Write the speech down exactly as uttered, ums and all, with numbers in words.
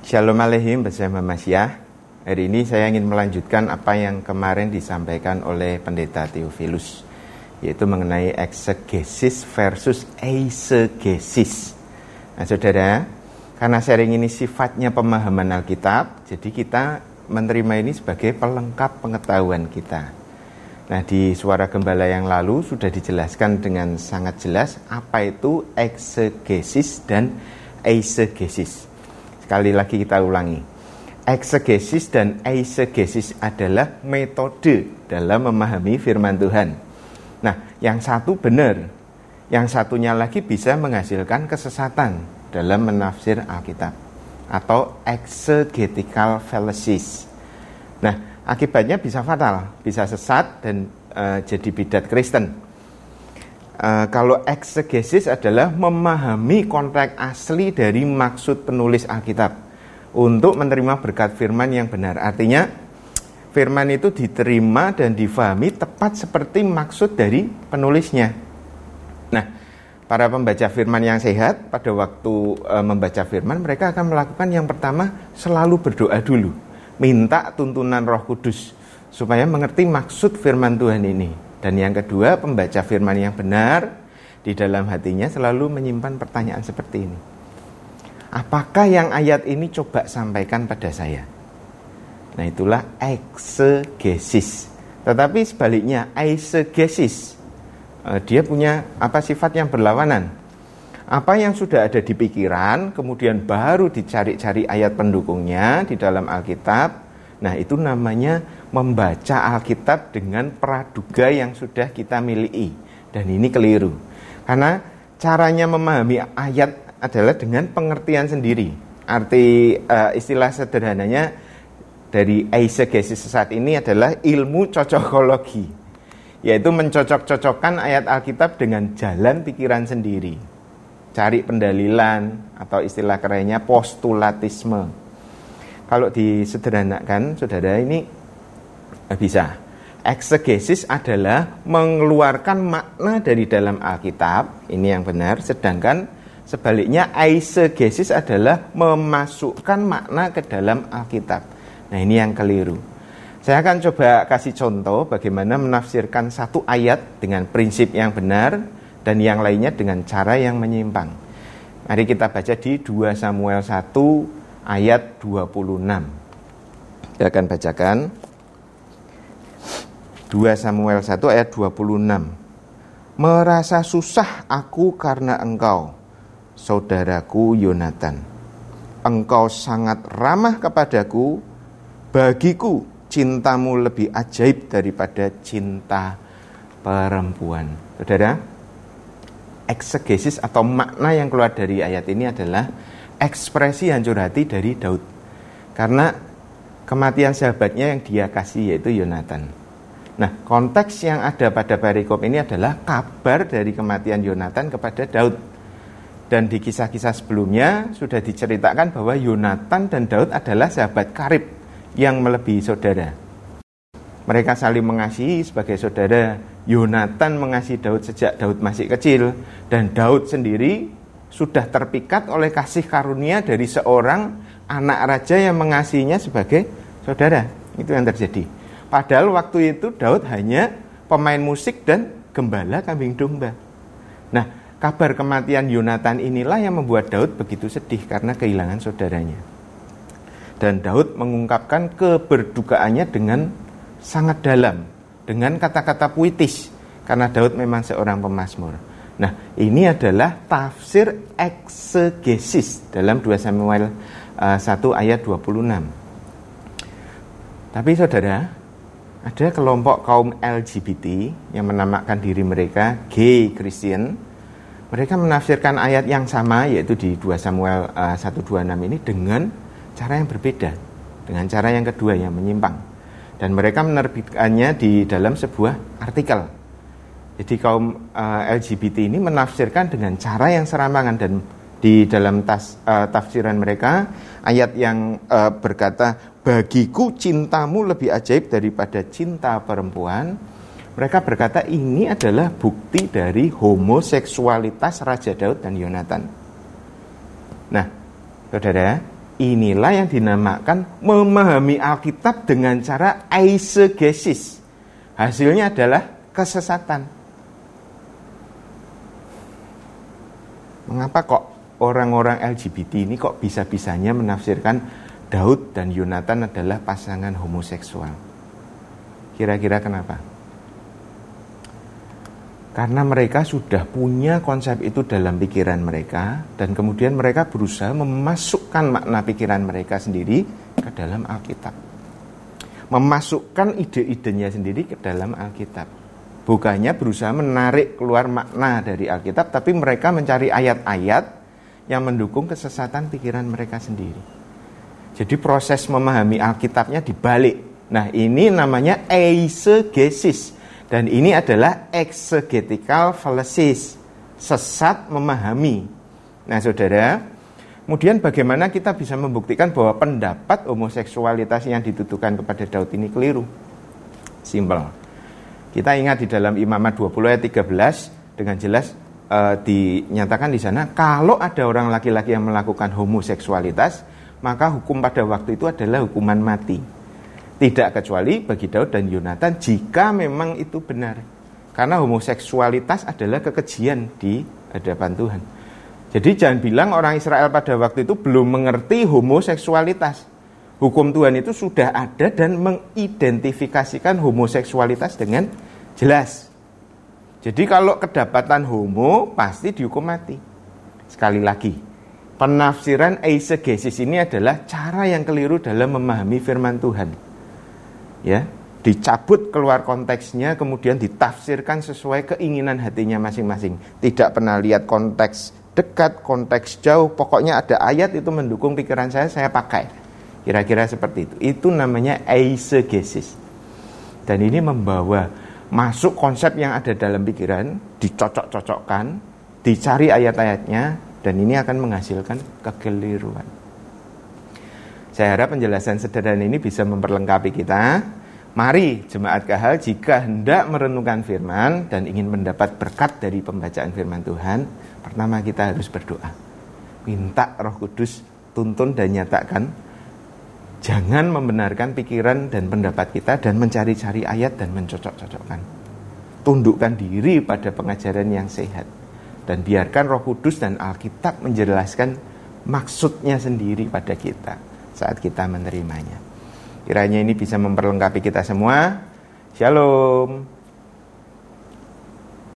Shalom Aleichem bersama Masyah. Hari ini saya ingin melanjutkan apa yang kemarin disampaikan oleh Pendeta Theophilus, yaitu mengenai eksegesis versus eisegesis. Nah saudara, karena sharing ini sifatnya pemahaman Alkitab, jadi kita menerima ini sebagai pelengkap pengetahuan kita. Nah di Suara Gembala yang lalu sudah dijelaskan dengan sangat jelas apa itu eksegesis dan eisegesis. Sekali lagi kita ulangi. Eksegesis dan eisegesis adalah metode dalam memahami firman Tuhan. Nah, yang satu benar, yang satunya lagi bisa menghasilkan kesesatan dalam menafsir Alkitab atau exegetical fallacies. Nah, akibatnya bisa fatal, bisa sesat dan uh, jadi bidat Kristen. Uh, kalau eksegesis adalah memahami konteks asli dari maksud penulis Alkitab untuk menerima berkat firman yang benar. Artinya firman itu diterima dan difahami tepat seperti maksud dari penulisnya. Nah, para pembaca firman yang sehat pada waktu uh, membaca firman, mereka akan melakukan yang pertama selalu berdoa dulu, minta tuntunan Roh Kudus supaya mengerti maksud firman Tuhan ini. Dan yang kedua, pembaca firman yang benar di dalam hatinya selalu menyimpan pertanyaan seperti ini. Apakah yang ayat ini coba sampaikan pada saya? Nah itulah eksegesis. Tetapi sebaliknya eisegesis, dia punya apa sifat yang berlawanan. Apa yang sudah ada di pikiran kemudian baru dicari-cari ayat pendukungnya di dalam Alkitab. Nah itu namanya membaca Alkitab dengan praduga yang sudah kita miliki. Dan ini keliru. Karena caranya memahami ayat adalah dengan pengertian sendiri. Arti uh, istilah sederhananya dari eisegesis saat ini adalah ilmu cocokologi, yaitu mencocok-cocokkan ayat Alkitab dengan jalan pikiran sendiri. Cari pendalilan atau istilah kerennya postulatisme. Kalau disederhanakan, saudara, ini bisa. Eksegesis adalah mengeluarkan makna dari dalam Alkitab, ini yang benar. Sedangkan sebaliknya eisegesis adalah memasukkan makna ke dalam Alkitab. Nah ini yang keliru. Saya akan coba kasih contoh bagaimana menafsirkan satu ayat dengan prinsip yang benar dan yang lainnya dengan cara yang menyimpang. Mari kita baca di dua Samuel satu ayat dua puluh enam. Saya akan bacakan dua Samuel satu ayat dua puluh enam. Merasa susah aku karena engkau, saudaraku Yonatan. Engkau sangat ramah kepadaku, bagiku cintamu lebih ajaib daripada cinta perempuan. Saudara, eksegesis atau makna yang keluar dari ayat ini adalah ekspresi hancur hati dari Daud karena kematian sahabatnya yang dia kasih, yaitu Yonatan. Nah, konteks yang ada pada perikop ini adalah kabar dari kematian Yonatan kepada Daud. Dan di kisah-kisah sebelumnya sudah diceritakan bahwa Yonatan dan Daud adalah sahabat karib yang melebihi saudara. Mereka saling mengasihi sebagai saudara. Yonatan mengasihi Daud sejak Daud masih kecil, dan Daud sendiri sudah terpikat oleh kasih karunia dari seorang anak raja yang mengasihinya sebagai saudara. Itu yang terjadi. Padahal waktu itu Daud hanya pemain musik dan gembala kambing domba. Nah, kabar kematian Yonatan inilah yang membuat Daud begitu sedih karena kehilangan saudaranya. Dan Daud mengungkapkan keberdukaannya dengan sangat dalam, dengan kata-kata puitis, karena Daud memang seorang pemazmur. Nah, ini adalah tafsir eksegesis dalam dua Samuel uh, satu ayat dua puluh enam. Tapi saudara, ada kelompok kaum L G B T yang menamakan diri mereka gay Christian. Mereka menafsirkan ayat yang sama, yaitu di dua Samuel uh, satu dua enam ini dengan cara yang berbeda, dengan cara yang kedua yang menyimpang. Dan mereka menerbitkannya di dalam sebuah artikel. Jadi kaum uh, L G B T ini menafsirkan dengan cara yang serampangan, dan di dalam tas, uh, tafsiran mereka ayat yang uh, berkata bagiku cintamu lebih ajaib daripada cinta perempuan, mereka berkata ini adalah bukti dari homoseksualitas Raja Daud dan Yonatan. Nah, saudara, Inilah yang dinamakan memahami Alkitab dengan cara eisegesis. Hasilnya adalah kesesatan. Mengapa kok orang-orang L G B T ini kok bisa-bisanya menafsirkan Daud dan Yonatan adalah pasangan homoseksual? Kira-kira kenapa? Karena mereka sudah punya konsep itu dalam pikiran mereka, dan kemudian mereka berusaha memasukkan makna pikiran mereka sendiri ke dalam Alkitab. Memasukkan ide-idenya sendiri ke dalam Alkitab. Bukannya berusaha menarik keluar makna dari Alkitab, tapi mereka mencari ayat-ayat yang mendukung kesesatan pikiran mereka sendiri. Jadi proses memahami Alkitabnya dibalik. Nah, ini namanya eisegesis. Dan ini adalah exegetical fallacies, sesat memahami. Nah, saudara, kemudian bagaimana kita bisa membuktikan bahwa pendapat homoseksualitas yang dituduhkan kepada Daud ini keliru? Simpel. Kita ingat di dalam Imamat dua puluh ayat tiga belas dengan jelas e, dinyatakan di sana, kalau ada orang laki-laki yang melakukan homoseksualitas, maka hukum pada waktu itu adalah hukuman mati. Tidak kecuali bagi Daud dan Yonatan jika memang itu benar. Karena homoseksualitas adalah kekejian di hadapan Tuhan. Jadi jangan bilang orang Israel pada waktu itu belum mengerti homoseksualitas. Hukum Tuhan itu sudah ada dan mengidentifikasikan homoseksualitas dengan jelas. Jadi kalau kedapatan homo pasti dihukum mati. Sekali lagi, penafsiran eisegesis ini adalah cara yang keliru dalam memahami firman Tuhan. Ya, dicabut keluar konteksnya, kemudian ditafsirkan sesuai keinginan hatinya masing-masing. Tidak pernah lihat konteks dekat, konteks jauh, pokoknya ada ayat itu mendukung pikiran saya, saya pakai. Kira-kira seperti itu. Itu namanya eisegesis. Dan ini membawa masuk konsep yang ada dalam pikiran, dicocok-cocokkan, dicari ayat-ayatnya, dan ini akan menghasilkan kekeliruan. Saya harap penjelasan sederhana ini bisa memperlengkapi kita. Mari jemaat Kahal, jika hendak merenungkan firman dan ingin mendapat berkat dari pembacaan firman Tuhan, pertama kita harus berdoa. Minta Roh Kudus tuntun dan nyatakan. Jangan membenarkan pikiran dan pendapat kita dan mencari-cari ayat dan mencocok-cocokkan. Tundukkan diri pada pengajaran yang sehat. Dan biarkan Roh Kudus dan Alkitab menjelaskan maksudnya sendiri pada kita saat kita menerimanya. Kiranya ini bisa memperlengkapi kita semua. Shalom.